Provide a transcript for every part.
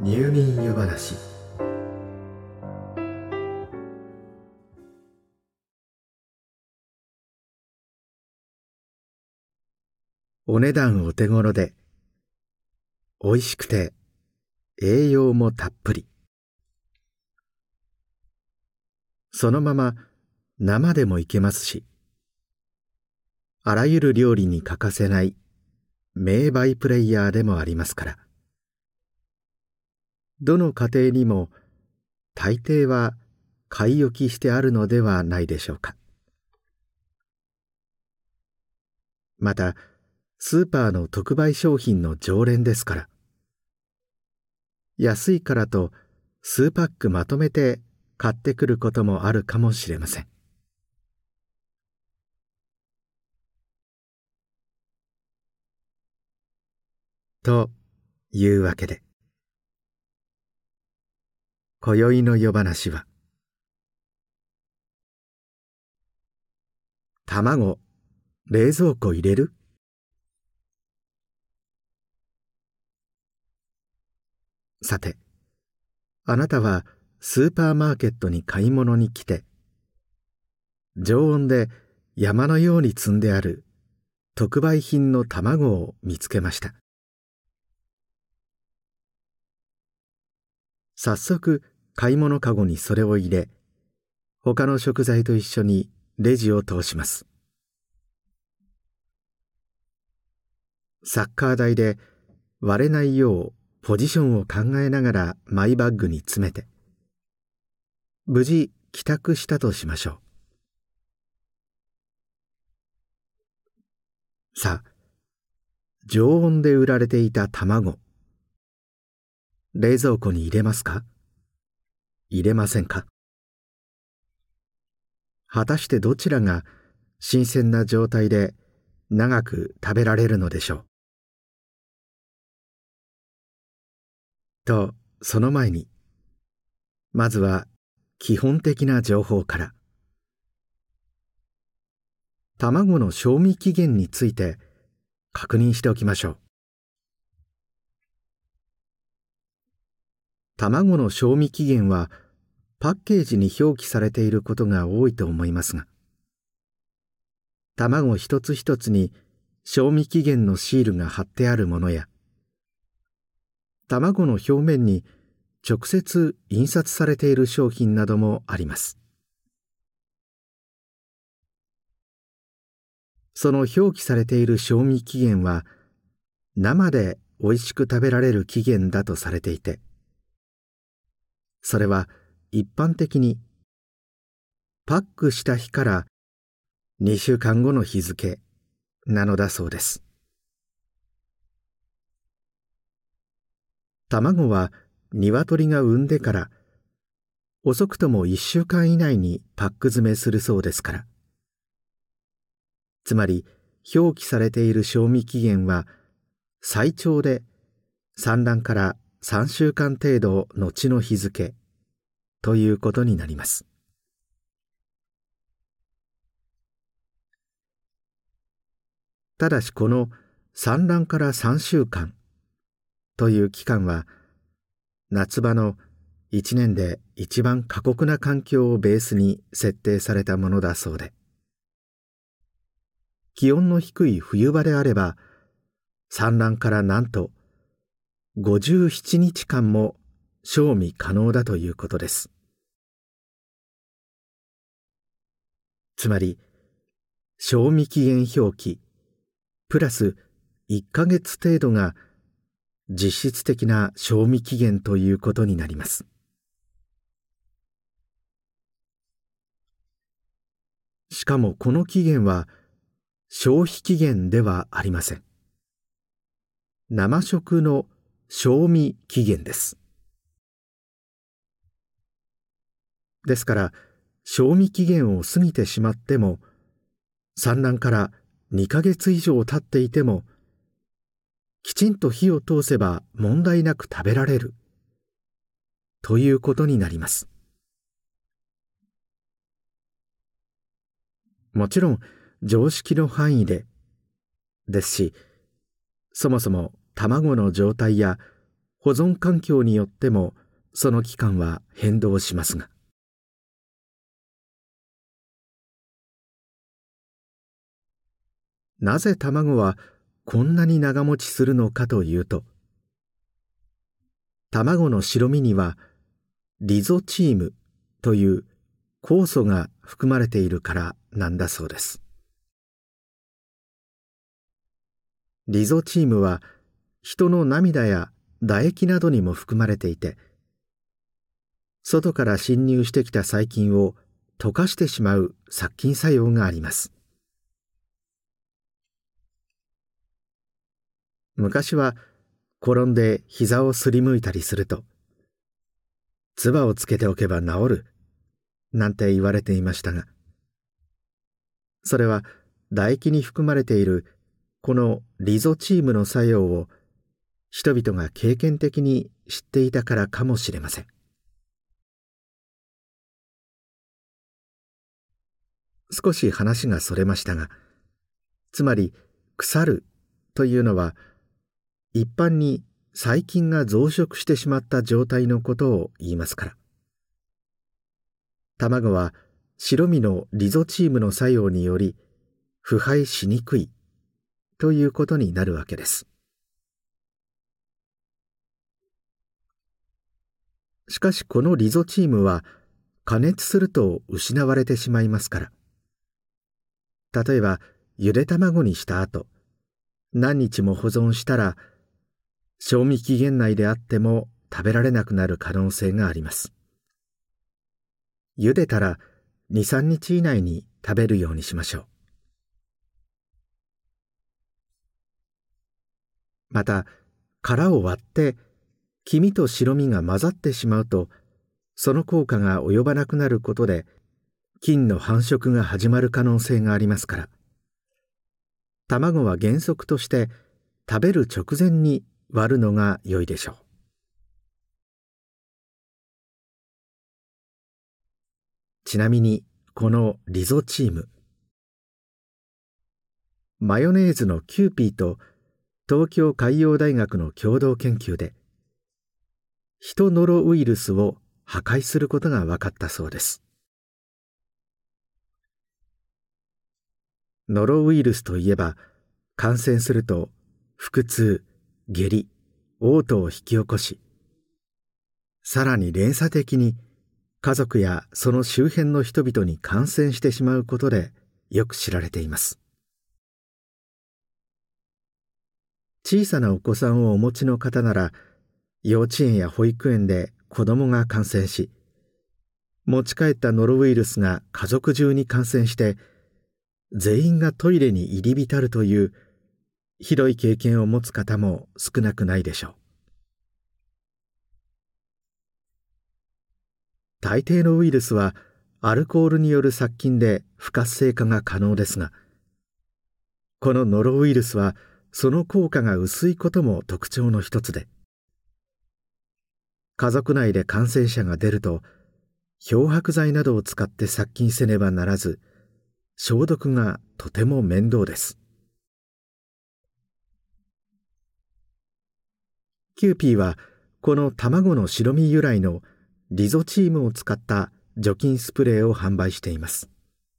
入眠湯話。お値段お手頃で美味しくて栄養もたっぷり、そのまま生でもいけますし、あらゆる料理に欠かせない名バイプレイヤーでもありますから、どの家庭にも大抵は買い置きしてあるのではないでしょうか。またスーパーの特売商品の常連ですから、安いからと数パックまとめて買ってくることもあるかもしれません。というわけで、今宵の夜話は、卵冷蔵庫入れる？さて、あなたはスーパーマーケットに買い物に来て、常温で山のように積んである特売品の卵を見つけました。早速買い物かごにそれを入れ、他の食材と一緒にレジを通します。サッカー台で割れないようポジションを考えながらマイバッグに詰めて、無事帰宅したとしましょう。さあ、常温で売られていた卵、冷蔵庫に入れますか？入れませんか？果たしてどちらが新鮮な状態で長く食べられるのでしょう。と、その前に、まずは基本的な情報から。卵の賞味期限について確認しておきましょう。卵の賞味期限はパッケージに表記されていることが多いと思いますが、卵一つ一つに賞味期限のシールが貼ってあるものや、卵の表面に直接印刷されている商品などもあります。その表記されている賞味期限は生で美味しく食べられる期限だとされていて、それは一般的にパックした日から2週間後の日付なのだそうです。卵は鶏が産んでから遅くとも1週間以内にパック詰めするそうですから、つまり表記されている賞味期限は最長で産卵から3週間程度後の日付ということになります。ただしこの産卵から3週間という期間は、夏場の1年で一番過酷な環境をベースに設定されたものだそうで、気温の低い冬場であれば産卵からなんと57日間も賞味可能だということです。つまり賞味期限表記プラス1ヶ月程度が実質的な賞味期限ということになります。しかもこの期限は消費期限ではありません。生食の賞味期限です。ですから賞味期限を過ぎてしまっても、産卵から2ヶ月以上経っていても、きちんと火を通せば問題なく食べられるということになります。もちろん常識の範囲でですし、そもそも卵の状態や保存環境によってもその期間は変動しますが、なぜ卵はこんなに長持ちするのかというと、卵の白身にはリゾチームという酵素が含まれているからなんだそうです。リゾチームは人の涙や唾液などにも含まれていて、外から侵入してきた細菌を溶かしてしまう殺菌作用があります。昔は転んで膝をすりむいたりすると、唾をつけておけば治るなんて言われていましたが、それは唾液に含まれているこのリゾチームの作用を人々が経験的に知っていたからかもしれません。少し話がそれましたが、つまり腐るというのは一般に細菌が増殖してしまった状態のことを言いますから、卵は白身のリゾチームの作用により腐敗しにくいということになるわけです。しかしこのリゾチームは加熱すると失われてしまいますから、例えばゆで卵にした後何日も保存したら、賞味期限内であっても食べられなくなる可能性があります。茹でたら2、3日以内に食べるようにしましょう。また殻を割って黄身と白身が混ざってしまうと、その効果が及ばなくなることで菌の繁殖が始まる可能性がありますから、卵は原則として食べる直前に割るのが良いでしょう。ちなみにこのリゾチーム、マヨネーズのキューピーと東京海洋大学の共同研究でヒトノロウイルスを破壊することが分かったそうです。ノロウイルスといえば、感染すると腹痛、下痢、嘔吐を引き起こし、さらに連鎖的に家族やその周辺の人々に感染してしまうことでよく知られています。小さなお子さんをお持ちの方なら、幼稚園や保育園で子供が感染し、持ち帰ったノロウイルスが家族中に感染して全員がトイレに入り浸るというひどい経験を持つ方も少なくないでしょう。大抵のウイルスはアルコールによる殺菌で不活性化が可能ですが、このノロウイルスはその効果が薄いことも特徴の一つで、家族内で感染者が出ると漂白剤などを使って殺菌せねばならず、消毒がとても面倒です。キューピーはこの卵の白身由来のリゾチームを使った除菌スプレーを販売しています。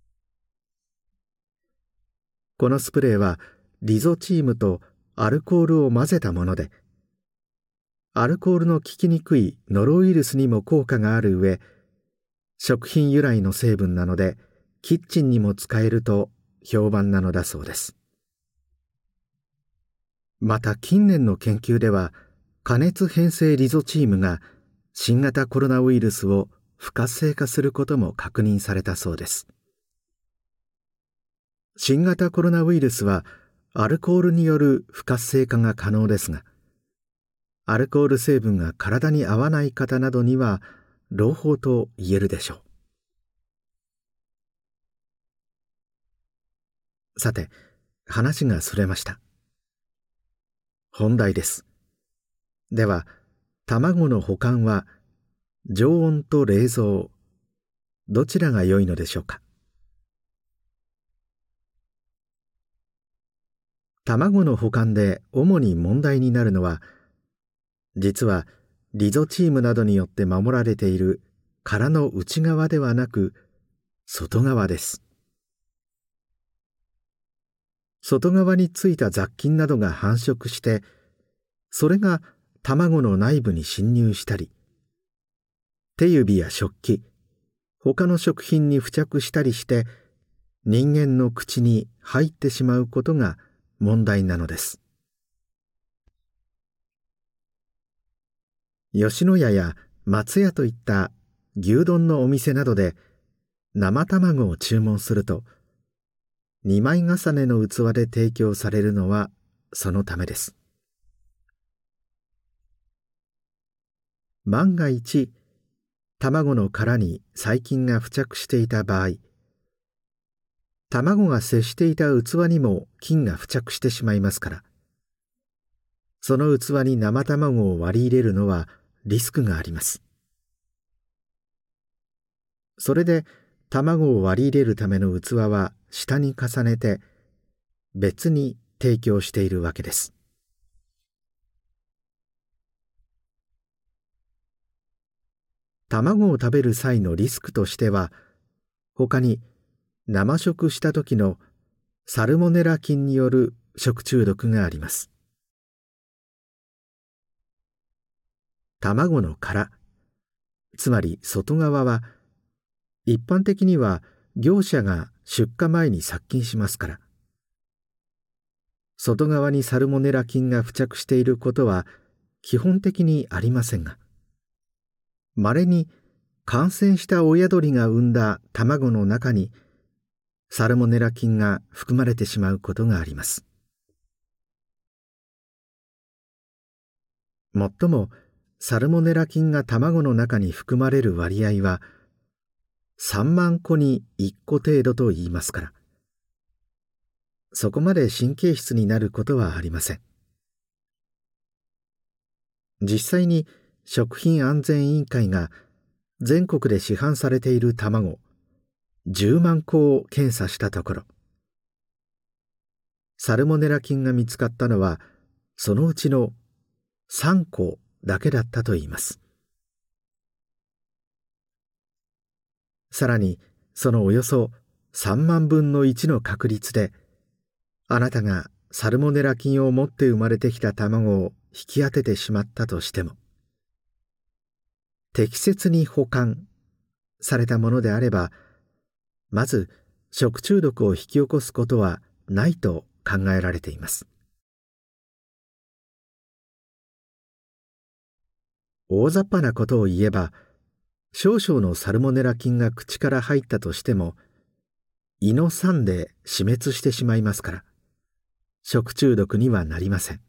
このスプレーはリゾチームとアルコールを混ぜたもので、アルコールの効きにくいノロウイルスにも効果がある上、食品由来の成分なのでキッチンにも使えると評判なのだそうです。また近年の研究では、加熱変性リゾチームが新型コロナウイルスを不活性化することも確認されたそうです。新型コロナウイルスはアルコールによる不活性化が可能ですが、アルコール成分が体に合わない方などには朗報と言えるでしょう。さて、話がそれました。本題です。では、卵の保管は常温と冷蔵、どちらが良いのでしょうか。卵の保管で主に問題になるのは、 実はリゾチームなどによって守られている殻の内側ではなく外側です。外側についた雑菌などが繁殖して、それが卵の内部に侵入したり、手指や食器、他の食品に付着したりして人間の口に入ってしまうことが問題なのです。吉野家や松屋といった牛丼のお店などで生卵を注文すると、2枚重ねの器で提供されるのはそのためです。万が一卵の殻に細菌が付着していた場合、卵が接していた器にも菌が付着してしまいますから、その器に生卵を割り入れるのはリスクがあります。それで卵を割り入れるための器は下に重ねて別に提供しているわけです。卵を食べる際のリスクとしては、他に生食した時のサルモネラ菌による食中毒があります。卵の殻、つまり外側は一般的には業者が出荷前に殺菌しますから、外側にサルモネラ菌が付着していることは基本的にありませんが、稀に感染した親鳥が産んだ卵の中にサルモネラ菌が含まれてしまうことがあります。もっともサルモネラ菌が卵の中に含まれる割合は3万個に1個程度と言いますから、そこまで神経質になることはありません。実際に食品安全委員会が全国で市販されている卵10万個を検査したところ、サルモネラ菌が見つかったのはそのうちの3個だけだったといいます。さらにそのおよそ3万分の1の確率で、あなたがサルモネラ菌を持って生まれてきた卵を引き当ててしまったとしても、適切に保管されたものであれば、まず食中毒を引き起こすことはないと考えられています。大雑把なことを言えば、少々のサルモネラ菌が口から入ったとしても、胃の酸で死滅してしまいますから、食中毒にはなりません。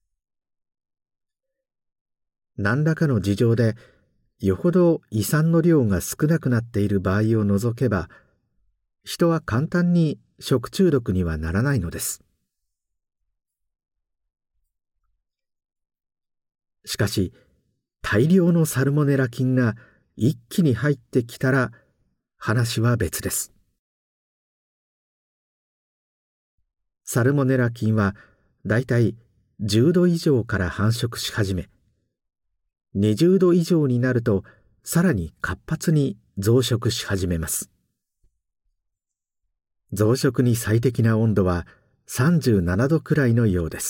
何らかの事情でよほど胃酸の量が少なくなっている場合を除けば、人は簡単に食中毒にはならないのです。しかし、大量のサルモネラ菌が一気に入ってきたら話は別です。サルモネラ菌はだいたい10度以上から繁殖し始め、20度以上になるとさらに活発に増殖し始めます。増殖に最適な温度は37度くらいのようです。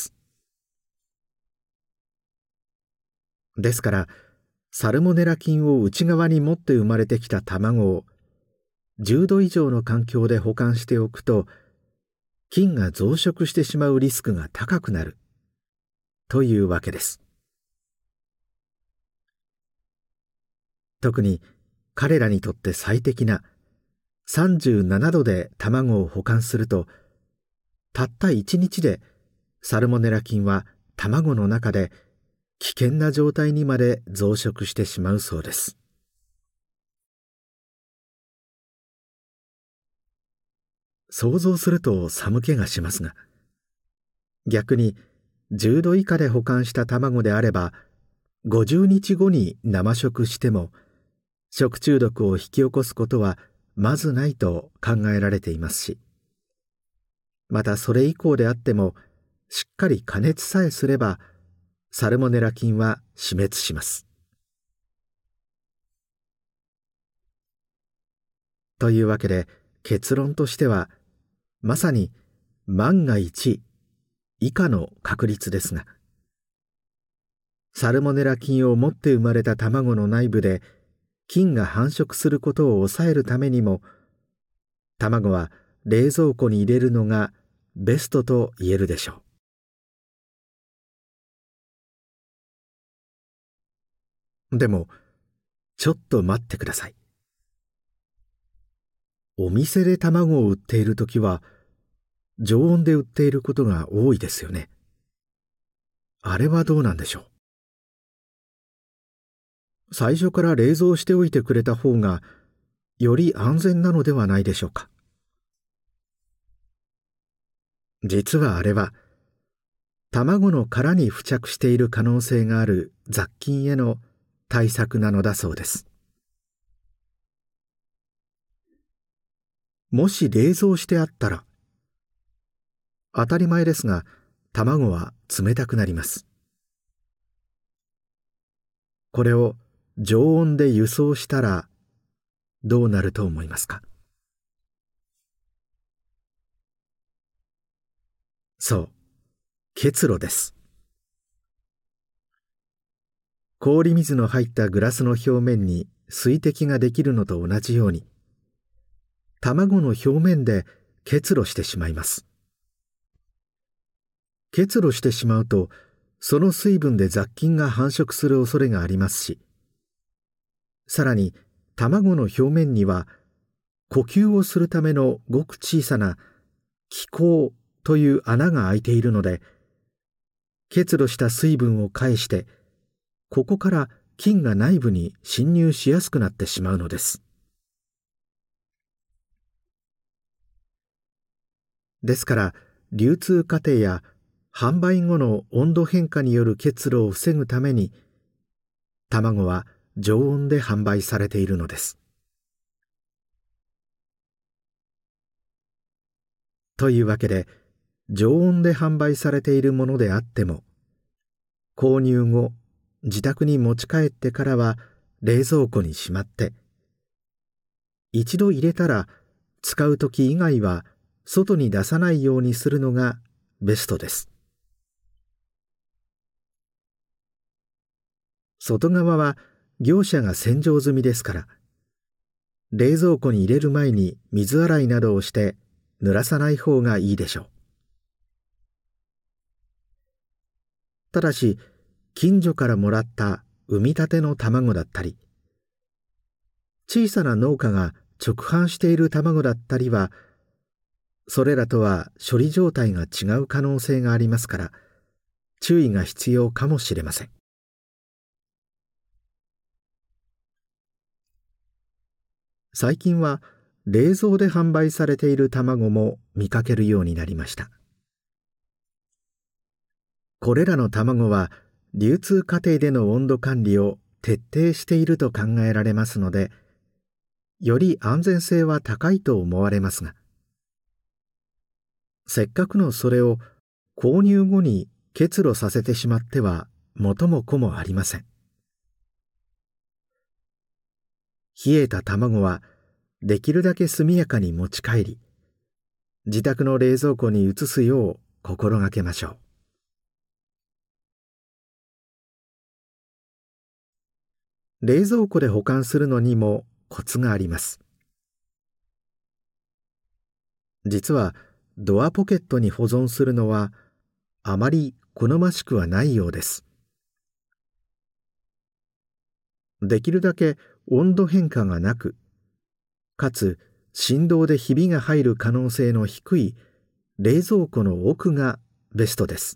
ですから、サルモネラ菌を内側に持って生まれてきた卵を10度以上の環境で保管しておくと、菌が増殖してしまうリスクが高くなるというわけです。特に彼らにとって最適な37度で卵を保管すると、たった1日でサルモネラ菌は卵の中で危険な状態にまで増殖してしまうそうです。想像すると寒気がしますが、逆に10度以下で保管した卵であれば、50日後に生食しても食中毒を引き起こすことはまずないと考えられていますし、またそれ以降であってもしっかり加熱さえすればサルモネラ菌は死滅します。というわけで結論としては、まさに万が一以下の確率ですが、サルモネラ菌を持って生まれた卵の内部で菌が繁殖することを抑えるためにも、卵は冷蔵庫に入れるのがベストと言えるでしょう。でもちょっと待ってください。お店で卵を売っているときは常温で売っていることが多いですよね。あれはどうなんでしょう。最初から冷蔵しておいてくれた方がより安全なのではないでしょうか。実はあれは卵の殻に付着している可能性がある雑菌への対策なのだそうです。もし冷蔵してあったら、当たり前ですが卵は冷たくなります。これを常温で輸送したらどうなると思いますか。そう、結露です。氷水の入ったグラスの表面に水滴ができるのと同じように、卵の表面で結露してしまいます。結露してしまうと、その水分で雑菌が繁殖する恐れがありますし、さらに卵の表面には呼吸をするためのごく小さな気孔という穴が開いているので、結露した水分を介してここから菌が内部に侵入しやすくなってしまうのです。ですから流通過程や販売後の温度変化による結露を防ぐために、卵は常温で販売されているのです。というわけで、常温で販売されているものであっても、購入後自宅に持ち帰ってからは冷蔵庫にしまって、一度入れたら使う時以外は外に出さないようにするのがベストです。外側は業者が洗浄済みですから、冷蔵庫に入れる前に水洗いなどをして濡らさない方がいいでしょう。ただし、近所からもらった産みたての卵だったり、小さな農家が直販している卵だったりは、それらとは処理状態が違う可能性がありますから、注意が必要かもしれません。最近は冷蔵で販売されている卵も見かけるようになりました。これらの卵は流通過程での温度管理を徹底していると考えられますので、より安全性は高いと思われますが、せっかくのそれを購入後に結露させてしまっては元も子もありません。冷えた卵はできるだけ速やかに持ち帰り、自宅の冷蔵庫に移すよう心がけましょう。冷蔵庫で保管するのにもコツがあります。実はドアポケットに保存するのはあまり好ましくはないようです。できるだけ温度変化がなく、かつ振動でひびが入る可能性の低い冷蔵庫の奥がベストです。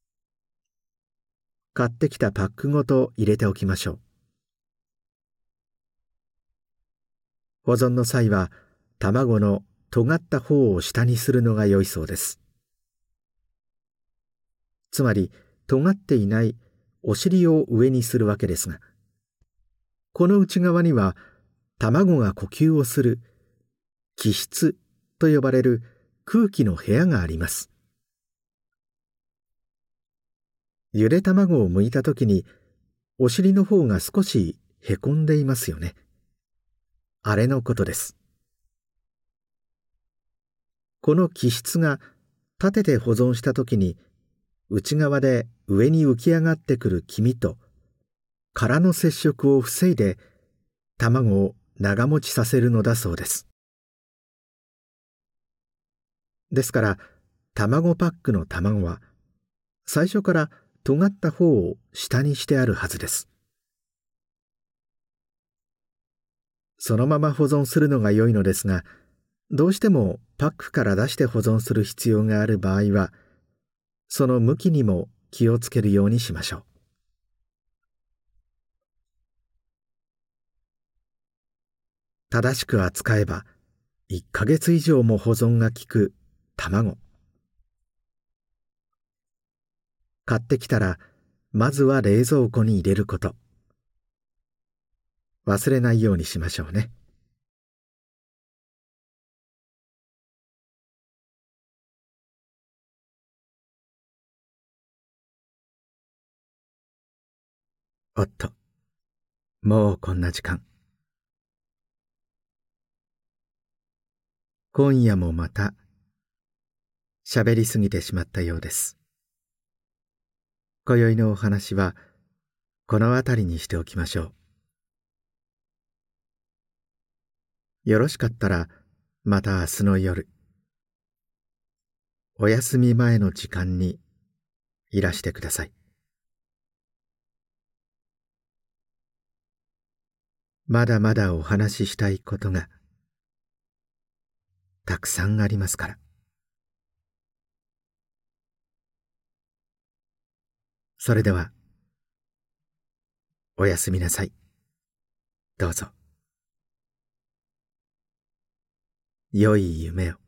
買ってきたパックごと入れておきましょう。保存の際は卵の尖った方を下にするのが良いそうです。つまり尖っていないお尻を上にするわけですが、この内側には卵が呼吸をする気室と呼ばれる空気の部屋があります。 ゆで卵を剥いたときにお尻の方が少しへこんでいますよね。あれのことです。この基質が立てて保存したときに内側で上に浮き上がってくる黄身と殻の接触を防いで卵を長持ちさせるのだそうです。ですから卵パックの卵は最初から尖った方を下にしてあるはずです。そのまま保存するのが良いのですが、どうしてもパックから出して保存する必要がある場合は、その向きにも気をつけるようにしましょう。正しく扱えば1ヶ月以上も保存が効く卵。買ってきたらまずは冷蔵庫に入れること。忘れないようにしましょうね。おっと、もうこんな時間。今夜もまた喋りすぎてしまったようです。今宵のお話はこの辺りにしておきましょう。よろしかったらまた明日の夜、お休み前の時間にいらしてください。まだまだお話ししたいことがたくさんありますから。それではおやすみなさい。どうぞ。良い夢を。